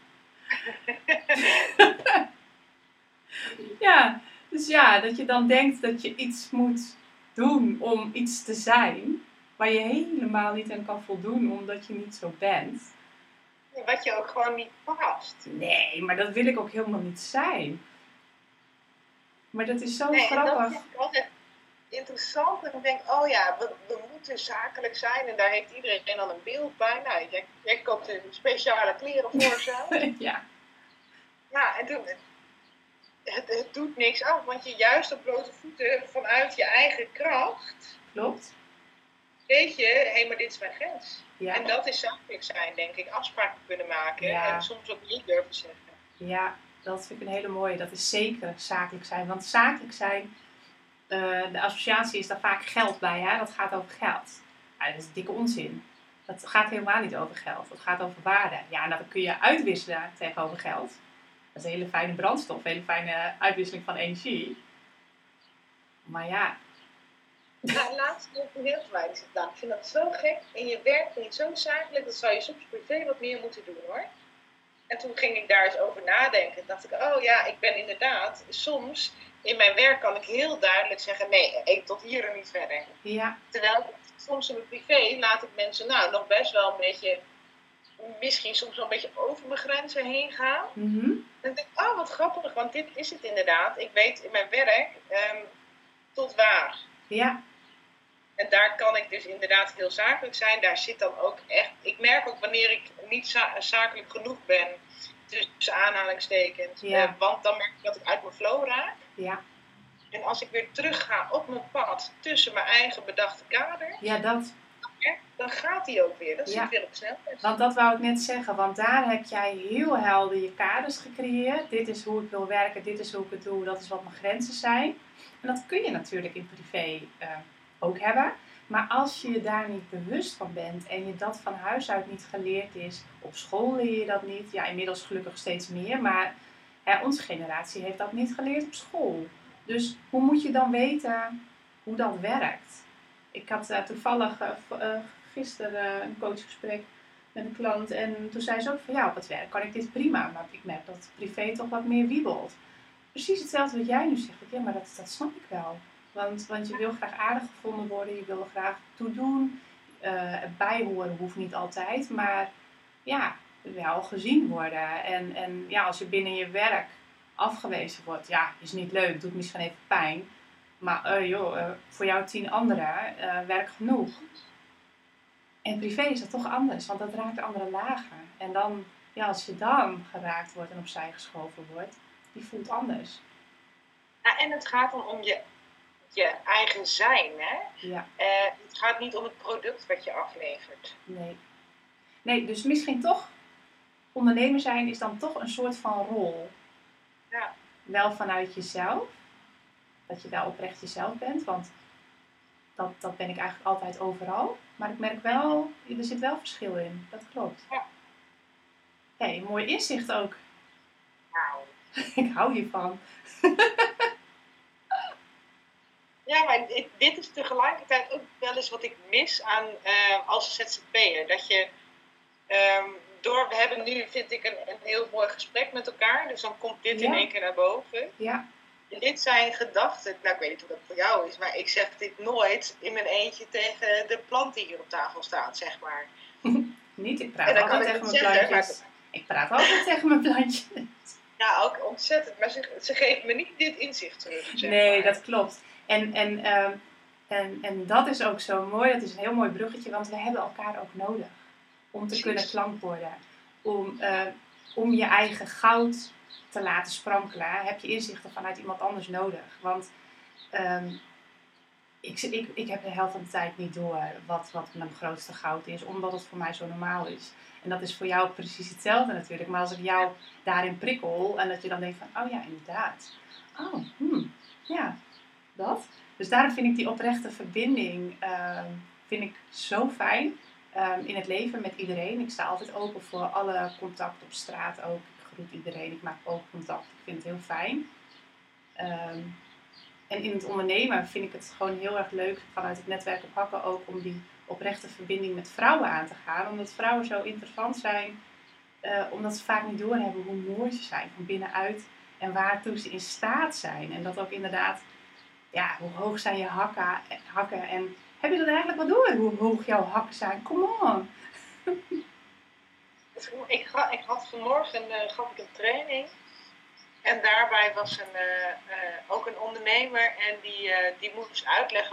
Ja, dus ja, dat je dan denkt dat je iets moet doen om iets te zijn. Waar je helemaal niet aan kan voldoen omdat je niet zo bent. Wat je ook gewoon niet past. Nee, maar dat wil ik ook helemaal niet zijn. Maar dat is zo grappig. Dat vind ik altijd interessant. En dan denk ik, we moeten zakelijk zijn. En daar heeft iedereen dan een beeld bij. Nou, jij koopt een speciale kleren voor zo. Ja. Ja, en het doet niks af. Want je juist op blote voeten vanuit je eigen kracht. Klopt. Weet je, maar dit is mijn grens. Ja. En dat is zakelijk zijn, denk ik. Afspraken kunnen maken. Ja. En soms ook niet durven zeggen. Ja, dat vind ik een hele mooie. Dat is zeker zakelijk zijn. Want zakelijk zijn, de associatie is daar vaak geld bij. Hè? Dat gaat over geld. Ja, dat is dikke onzin. Dat gaat helemaal niet over geld. Dat gaat over waarde. Ja, en dat kun je uitwisselen tegenover geld. Dat is een hele fijne brandstof. Een hele fijne uitwisseling van energie. Maar ja. Nou, laatst nog een heel verwijder gedaan. Ik vind dat zo gek. In je werk ben je zo zakelijk. Dat zou je soms privé wat meer moeten doen hoor. En toen ging ik daar eens over nadenken. En dacht ik, oh ja, ik ben inderdaad soms... In mijn werk kan ik heel duidelijk zeggen, nee, ik tot hier en niet verder. Ja. Terwijl soms in mijn privé laat ik mensen nou nog best wel een beetje... Misschien soms wel een beetje over mijn grenzen heen gaan. Mm-hmm. En dan denk ik, oh wat grappig, want dit is het inderdaad. Ik weet in mijn werk tot waar. Ja. En daar kan ik dus inderdaad heel zakelijk zijn. Daar zit dan ook echt... Ik merk ook wanneer ik niet zakelijk genoeg ben, tussen aanhalingstekens. Ja. Want dan merk ik dat ik uit mijn flow raak. Ja. En als ik weer terug ga op mijn pad tussen mijn eigen bedachte kader... Ja, dat... Dan gaat die ook weer. Dat Ja. zit weer op snelheid. Want dat wou ik net zeggen. Want daar heb jij heel helder je kaders gecreëerd. Dit is hoe ik wil werken. Dit is hoe ik het doe. Dat is wat mijn grenzen zijn. En dat kun je natuurlijk in privé ook hebben. Maar als je je daar niet bewust van bent. En je dat van huis uit niet geleerd is. Op school leer je dat niet. Ja, inmiddels gelukkig steeds meer. Maar onze generatie heeft dat niet geleerd op school. Dus hoe moet je dan weten hoe dat werkt? Ik had toevallig gisteren een coachgesprek met een klant. En toen zei ze ook van ja, op het werk kan ik dit prima. Maar ik merk dat het privé toch wat meer wiebelt. Precies hetzelfde wat jij nu zegt. Ja, maar dat snap ik wel. Want je wil graag aardig gevonden worden. Je wil er graag toe doen. Bijhoren hoeft niet altijd. Maar ja, wel gezien worden. En ja, als je binnen je werk afgewezen wordt. Ja, is niet leuk. Doet misschien even pijn. Maar voor jou 10 anderen werk genoeg. En privé is dat toch anders, want dat raakt andere lagen. En dan, ja, als je dan geraakt wordt en opzij geschoven wordt, die voelt anders. Ja, en het gaat dan om je eigen zijn, hè? Ja. Het gaat niet om het product wat je aflevert. Nee, dus misschien toch, ondernemer zijn is dan toch een soort van rol. Ja. Wel vanuit jezelf. Dat je wel oprecht jezelf bent, want dat ben ik eigenlijk altijd overal. Maar ik merk wel, er zit wel verschil in. Dat klopt. Ja. Hey, mooi inzicht ook. Nou. Ik hou hiervan. Ja, maar dit is tegelijkertijd ook wel eens wat ik mis aan als ZZP'er. Dat je, we hebben nu, vind ik, een heel mooi gesprek met elkaar. Dus dan komt dit in één keer naar boven. Ja. En dit zijn gedachten, nou ik weet niet hoe dat voor jou is, maar ik zeg dit nooit in mijn eentje tegen de plant die hier op tafel staat, zeg maar. Niet, ik praat altijd tegen mijn plantjes. Ik praat altijd tegen mijn plantjes. Ja, ook ontzettend, maar ze geven me niet dit inzicht terug. Zeg nee, maar. Dat klopt. En dat is ook zo mooi, dat is een heel mooi bruggetje, want we hebben elkaar ook nodig. Om te kunnen klankborden. Om je eigen goud te laten sprankelen, heb je inzichten vanuit iemand anders nodig. Want ik heb de helft van de tijd niet door wat mijn grootste goud is, omdat het voor mij zo normaal is. En dat is voor jou precies hetzelfde natuurlijk. Maar als ik jou daarin prikkel en dat je dan denkt van, oh ja, inderdaad. Oh, ja, dat. Dus daarom vind ik die oprechte verbinding vind ik zo fijn in het leven met iedereen. Ik sta altijd open voor alle contact op straat ook. Ik groet iedereen, ik maak ook contact. Ik vind het heel fijn. En in het ondernemen vind ik het gewoon heel erg leuk vanuit het netwerk op Hakken ook om die oprechte verbinding met vrouwen aan te gaan. Omdat vrouwen zo interessant zijn. Omdat ze vaak niet doorhebben hoe mooi ze zijn van binnenuit. En waartoe ze in staat zijn. En dat ook inderdaad, ja, hoe hoog zijn je hakken. En heb je dat eigenlijk wel door, hoe hoog jouw hakken zijn? Come on! Ik had vanmorgen gaf ik een training. En daarbij was ook een ondernemer en die moest uitleggen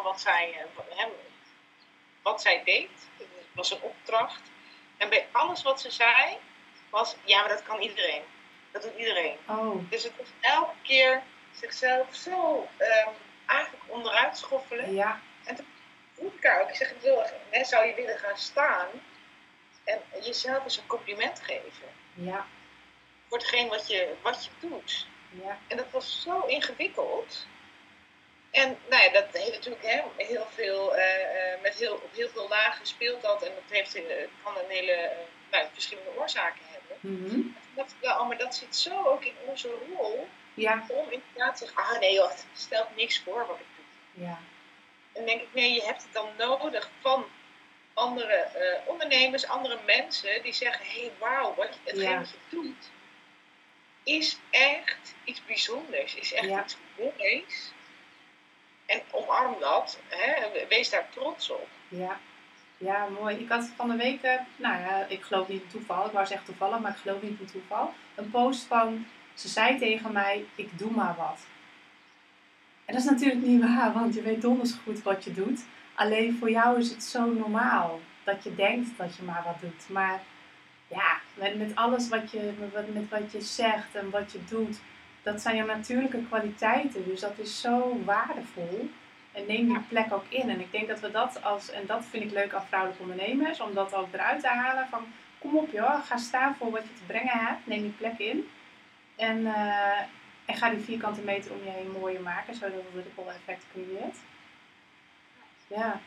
wat zij deed. Het was een opdracht. En bij alles wat ze zei was, ja, maar dat kan iedereen. Dat doet iedereen. Oh. Dus het was elke keer zichzelf zo eigenlijk onderuit schoffelen. Ja. En toen vroeg ik haar ook, ik zeg, zou je willen gaan staan en jezelf eens een compliment geven? Ja. Voor hetgeen wat je doet. Ja. En dat was zo ingewikkeld. En En nou ja, dat heeft natuurlijk heel veel, op heel veel lagen speelt dat. En dat heeft, kan een hele verschillende oorzaken hebben. Mm-hmm. Maar dat zit zo ook in onze rol. Ja. Om inderdaad te zeggen, nee joh, het stelt niks voor wat ik doe. Ja. En dan denk ik, nee, je hebt het dan nodig van andere ondernemers, andere mensen die zeggen, hey, wauw, hetgeen wat je doet is echt iets bijzonders, is echt iets moois. En omarm dat, wees daar trots op. Ja. Ja, mooi. Ik had van de week, ik geloof niet in toeval, ik wou zeggen toevallig, maar ik geloof niet in toeval. Een post van, ze zei tegen mij, ik doe maar wat. En dat is natuurlijk niet waar, want je weet donders goed wat je doet. Alleen voor jou is het zo normaal dat je denkt dat je maar wat doet. Maar ja, met alles wat je zegt en wat je doet, dat zijn je natuurlijke kwaliteiten. Dus dat is zo waardevol. En neem die plek ook in. En ik denk dat we dat en dat vind ik leuk aan vrouwelijke ondernemers, om dat ook eruit te halen van, kom op joh, ga staan voor wat je te brengen hebt. Neem die plek in. En ga die vierkante meter om je heen mooier maken, zodat het een ripple effect creëert. Ja.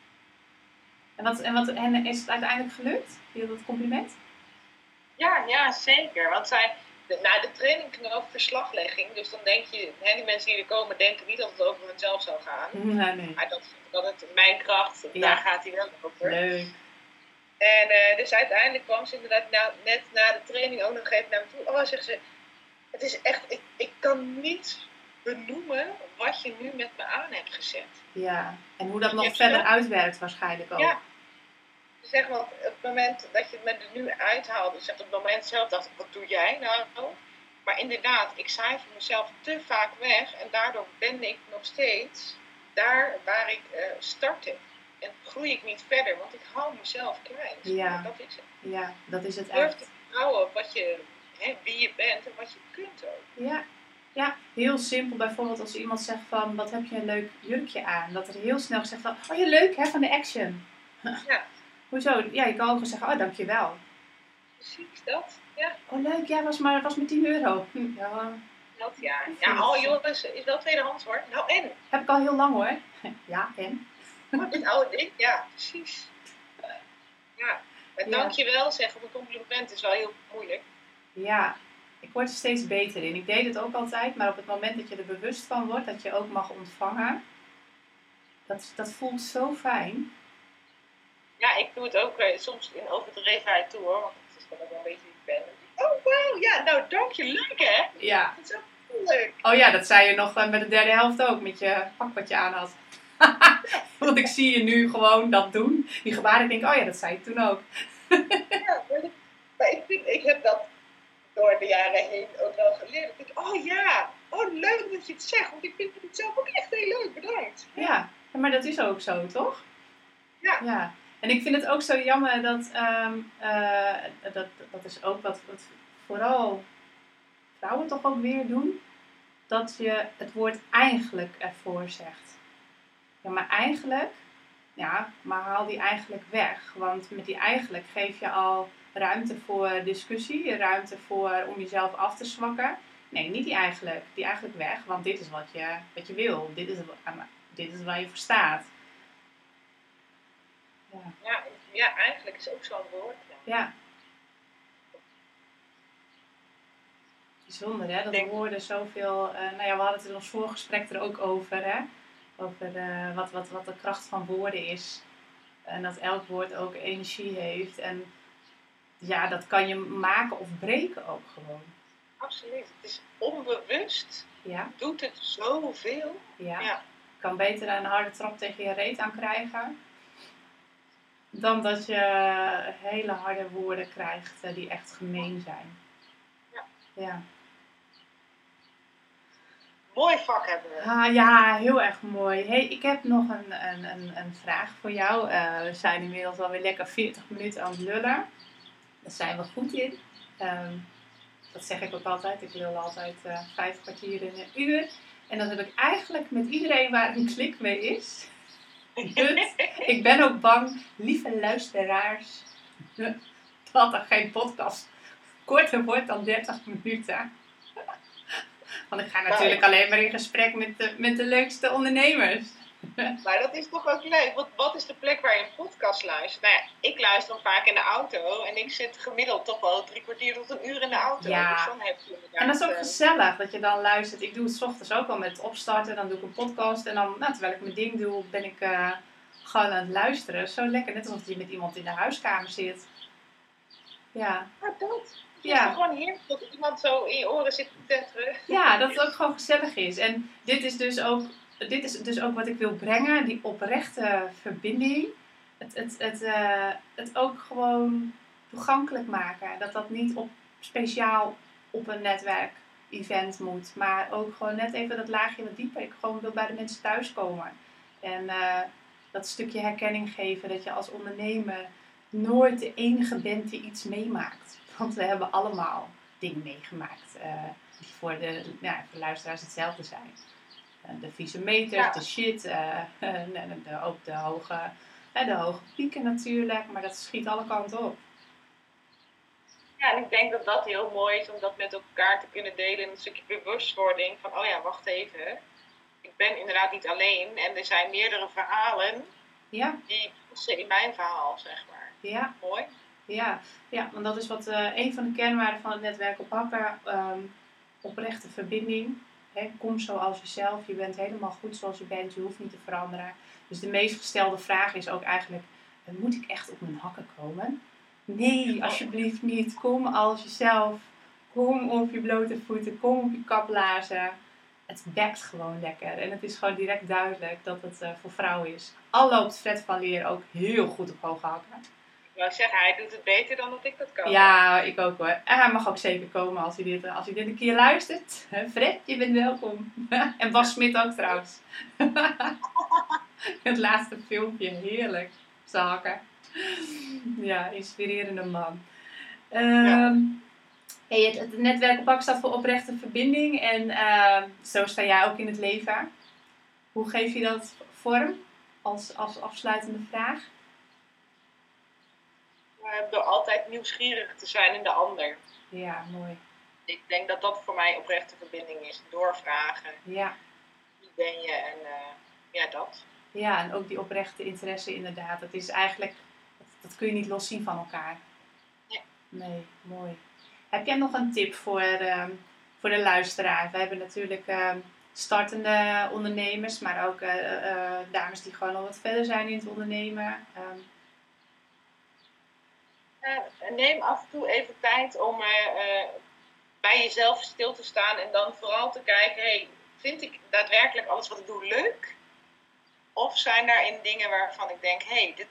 En is het uiteindelijk gelukt? Viel dat compliment? Ja, zeker. Want de training knoopt verslaglegging. Dus dan denk je, die mensen die er komen denken niet dat het over hunzelf zou gaan. Nee. Maar dat het mijn kracht, daar gaat hij wel over. Leuk. En dus uiteindelijk kwam ze inderdaad net na de training ook nog even naar me toe. Oh, zegt ze, het is echt, ik kan niet benoemen wat je nu met me aan hebt gezet. Ja, en hoe dat nog verder uitwerkt waarschijnlijk ook. Ja. Zeg maar, op het moment dat je het me er nu uithaalde, dus op het moment zelf dacht ik, wat doe jij nou? Maar inderdaad, ik cijfer mezelf te vaak weg en daardoor ben ik nog steeds daar waar ik startte. En groei ik niet verder, want ik hou mezelf klein. Ja. Dat is het. Ja, dat is het durf echt. te vertrouwen wie je bent en wat je kunt ook. Ja, heel simpel. Bijvoorbeeld als iemand zegt van, wat heb je een leuk jurkje aan? Dat er heel snel gezegd van, oh je leuk hè, van de Action. Ja. Hoezo? Ja, je kan ook gewoon zeggen, oh dankjewel. Precies, dat. Ja. Oh leuk, ja, was met €10. Ja. Dat ja. Ja, jongens, is wel tweedehands hoor. Nou en? Heb ik al heel lang hoor. Ja, en? Oh, dit oude ding? Ja, precies. Ja, en dankjewel zeggen op een compliment is wel heel moeilijk. Ja, ik word er steeds beter in. Ik deed het ook altijd, maar op het moment dat je er bewust van wordt, dat je ook mag ontvangen, dat voelt zo fijn. Ja, ik doe het ook soms in overdrevenheid toe hoor, want het is dan ook wel een beetje wie ik ben. Oh wauw, ja, nou dank je, leuk hè? Ja. Dat is ook leuk. Oh ja, dat zei je nog met de derde helft ook, met je pak wat je aan had. Want ik zie je nu gewoon dat doen. Die gebaren, ik denk, oh ja, dat zei ik toen ook. Ja, maar ik heb dat door de jaren heen ook wel geleerd. Ik denk, oh ja, leuk dat je het zegt, want ik vind het zelf ook echt heel leuk, bedankt. Ja, maar dat is ook zo, toch? Ja. En ik vind het ook zo jammer dat is ook wat vooral vrouwen toch ook weer doen. Dat je het woord eigenlijk ervoor zegt. Ja, maar eigenlijk, maar haal die eigenlijk weg. Want met die eigenlijk geef je al ruimte voor discussie, ruimte om jezelf af te zwakken. Nee, niet die eigenlijk. Die eigenlijk weg, want dit is wat je wil. Dit is waar je voor staat. Ja, eigenlijk is ook zo'n woord. Ja. Bijzonder hè, dat woorden zoveel... we hadden het in ons voorgesprek er ook over hè. Over wat de kracht van woorden is. En dat elk woord ook energie heeft. En ja, dat kan je maken of breken ook gewoon. Absoluut. Het is onbewust. Ja. Doet het zoveel. Ja. Kan beter een harde trap tegen je reet aan krijgen. Dan dat je hele harde woorden krijgt die echt gemeen zijn. Ja. Mooi vak hebben we. Ja, heel erg mooi. Hey, ik heb nog een vraag voor jou. We zijn inmiddels alweer lekker 40 minuten aan het lullen. Daar zijn we goed in. Dat zeg ik ook altijd. Ik lul altijd 5 kwartier in een uur. En dat heb ik eigenlijk met iedereen waar een klik mee is. Dus ik ben ook bang, lieve luisteraars, dat er geen podcast korter wordt dan 30 minuten. Want ik ga natuurlijk alleen maar in gesprek met de leukste ondernemers. Maar dat is toch ook leuk. Wat is de plek waar je een podcast luistert? Nou ja, ik luister hem vaak in de auto. En ik zit gemiddeld toch wel 3 kwartier tot een uur in de auto. Ja. Dus dan heb je inderdaad... En dat is ook gezellig dat je dan luistert. Ik doe het 's ochtends ook al met opstarten. Dan doe ik een podcast. En dan, terwijl ik mijn ding doe, ben ik gewoon aan het luisteren. Zo lekker. Net alsof je met iemand in de huiskamer zit. Ja. Maar dat... Het Ja. is toch gewoon heerlijk dat iemand zo in je oren zit te tetteren. Ja, dat het ook gewoon gezellig is. En dit is dus ook wat ik wil brengen. Die oprechte verbinding. Het ook gewoon toegankelijk maken. Dat niet speciaal op een netwerk-event moet. Maar ook gewoon net even dat laagje wat dieper. Ik gewoon wil bij de mensen thuiskomen. En dat stukje herkenning geven. Dat je als ondernemer nooit de enige bent die iets meemaakt. Want we hebben allemaal dingen meegemaakt. Die voor de luisteraars hetzelfde zijn. De vieze meters, de shit. Ook de hoge pieken natuurlijk. Maar dat schiet alle kanten op. Ja, en ik denk dat dat heel mooi is om dat met elkaar te kunnen delen. In een stukje bewustwording van, oh ja, wacht even. Ik ben inderdaad niet alleen. En er zijn meerdere verhalen die passen in mijn verhaal, zeg maar. Ja. Mooi. Ja, want dat is wat een van de kernwaarden van het netwerk op Hakken. Oprechte verbinding. Kom zoals jezelf. Je bent helemaal goed zoals je bent. Je hoeft niet te veranderen. Dus de meest gestelde vraag is ook eigenlijk, moet ik echt op mijn hakken komen? Nee, alsjeblieft niet. Kom als jezelf. Kom op je blote voeten. Kom op je kaplaarzen. Het werkt gewoon lekker. En het is gewoon direct duidelijk dat het voor vrouwen is. Al loopt Fred van Leer ook heel goed op hoge hakken. Ik wou zeggen, hij doet het beter dan dat ik dat kan. Ja, ik ook hoor. En hij mag ook zeker komen als hij dit een keer luistert. Fred, je bent welkom. En Bas Smit ook trouwens. Het laatste filmpje, heerlijk. Zijn hakken. Ja, inspirerende man. Het netwerk op Hakken staat voor oprechte verbinding. En zo sta jij ook in het leven. Hoe geef je dat vorm als afsluitende vraag? Door altijd nieuwsgierig te zijn in de ander. Ja, mooi. Ik denk dat dat voor mij oprechte verbinding is. Doorvragen. Ja. Wie ben je en dat. Ja, en ook die oprechte interesse inderdaad. Dat is eigenlijk, dat kun je niet loszien van elkaar. Nee, mooi. Heb jij nog een tip voor de luisteraar? We hebben natuurlijk startende ondernemers, maar ook dames die gewoon al wat verder zijn in het ondernemen. Neem af en toe even tijd om bij jezelf stil te staan en dan vooral te kijken, vind ik daadwerkelijk alles wat ik doe leuk? Of zijn daarin dingen waarvan ik denk,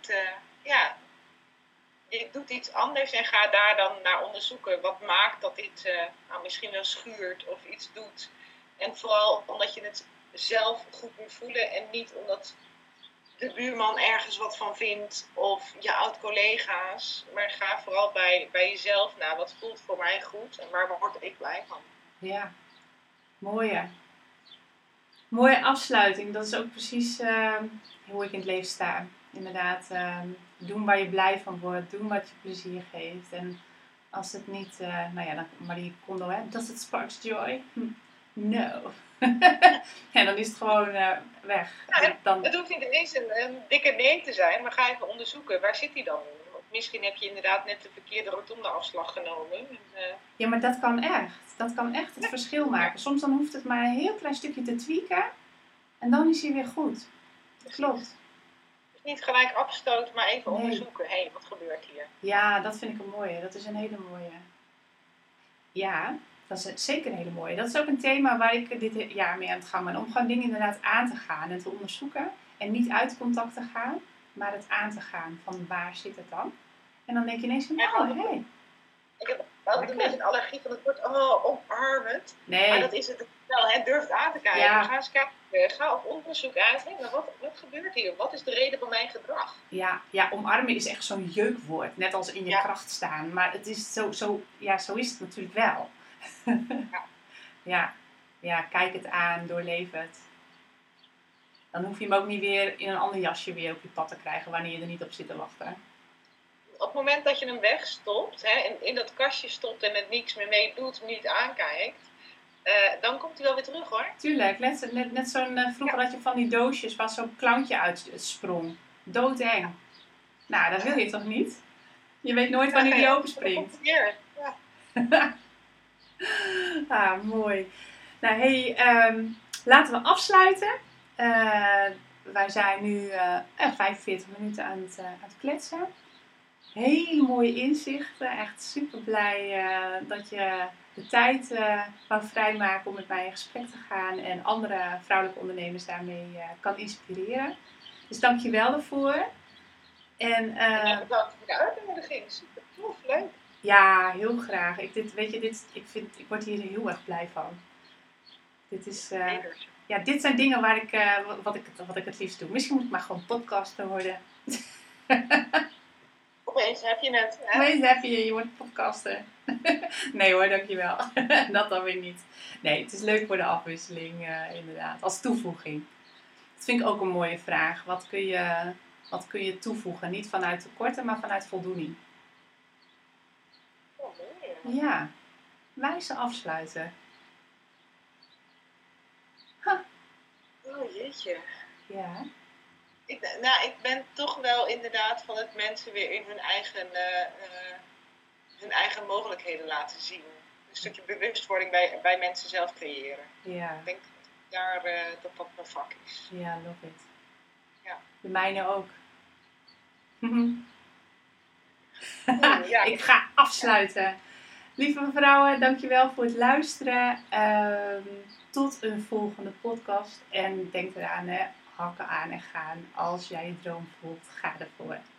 dit doet iets anders en ga daar dan naar onderzoeken. Wat maakt dat dit misschien wel schuurt of iets doet? En vooral omdat je het zelf goed moet voelen en niet omdat de buurman ergens wat van vindt of je oud-collega's. Maar ga vooral bij jezelf na. Wat voelt voor mij goed en waar word ik blij van? Ja, mooie afsluiting. Dat is ook precies hoe ik in het leven sta. Inderdaad, doen waar je blij van wordt. Doen wat je plezier geeft. En als het niet, dan Marie Kondo, does it sparks joy? No. En dan is het gewoon weg. Ja, het hoeft niet eens een dikke nee te zijn, maar ga even onderzoeken. Waar zit die dan in? Of misschien heb je inderdaad net de verkeerde rotonde-afslag genomen. Ja, maar dat kan echt. Dat kan echt het verschil maken. Soms dan hoeft het maar een heel klein stukje te tweaken. En dan is hij weer goed. Dat klopt. Dus niet gelijk afstoten, maar even onderzoeken. Hé, wat gebeurt hier? Ja, dat vind ik een mooie. Dat is een hele mooie. Ja, dat is zeker een hele mooie. Dat is ook een thema waar ik dit jaar mee aan het gang ben. Om gewoon dingen inderdaad aan te gaan en te onderzoeken. En niet uit contact te gaan, maar het aan te gaan. Van waar zit het dan? En dan denk je ineens van, Ik heb altijd een beetje een allergie van het woord omarmend. Nee. Maar dat is het wel. Durf het aan te kijken. Ja. Ga eens kijken. Ga op onderzoek uit. Wat gebeurt hier? Wat is de reden van mijn gedrag? Ja, omarmen is echt zo'n jeukwoord. Net als in je kracht staan. Maar het is zo is het natuurlijk wel. Ja, kijk het aan, doorleef het. Dan hoef je hem ook niet weer in een ander jasje weer op je pad te krijgen wanneer je er niet op zit te wachten. Op het moment dat je hem wegstopt, en in dat kastje stopt en het niks meer mee doet, niet aankijkt, dan komt hij wel weer terug hoor. Tuurlijk, net zo'n vroeger had je van die doosjes waar zo'n clowntje uit sprong. Doodeng. Nou, dat wil je toch niet? Je weet nooit wanneer die openspringt. Ja. Ah, mooi. Nou, hey, laten we afsluiten. Wij zijn nu 45 minuten aan het kletsen. Hele mooie inzichten. Echt super blij dat je de tijd wou vrijmaken om met mij in gesprek te gaan. En andere vrouwelijke ondernemers daarmee kan inspireren. Dus dank je wel daarvoor. En bedankt voor de uitnodiging. Super tof, leuk. ja, heel graag. Ik word hier heel erg blij van. Dit is... ja, dit zijn dingen waar wat ik het liefst doe. Misschien moet ik maar gewoon podcaster worden. Opeens heb je het. Hè? Opeens heb je wordt podcaster. Nee hoor, dankjewel. Dat dan weer niet. Nee, het is leuk voor de afwisseling inderdaad. Als toevoeging. Dat vind ik ook een mooie vraag. Wat kun je toevoegen? Niet vanuit tekorten, maar vanuit voldoening. Oh, mooi. Ja, wijze afsluiten. Oh jeetje. Ja. Ik ben toch wel inderdaad van het mensen weer in hun eigen mogelijkheden laten zien. Een stukje bewustwording bij mensen zelf creëren. Ja. Ik denk dat mijn vak is. Ja, love it. Ja. De mijne ook. Ja. Ik ga afsluiten. Lieve vrouwen, dankjewel voor het luisteren. Tot een volgende podcast. En denk eraan, hakken aan en gaan. Als jij je droom voelt, ga ervoor.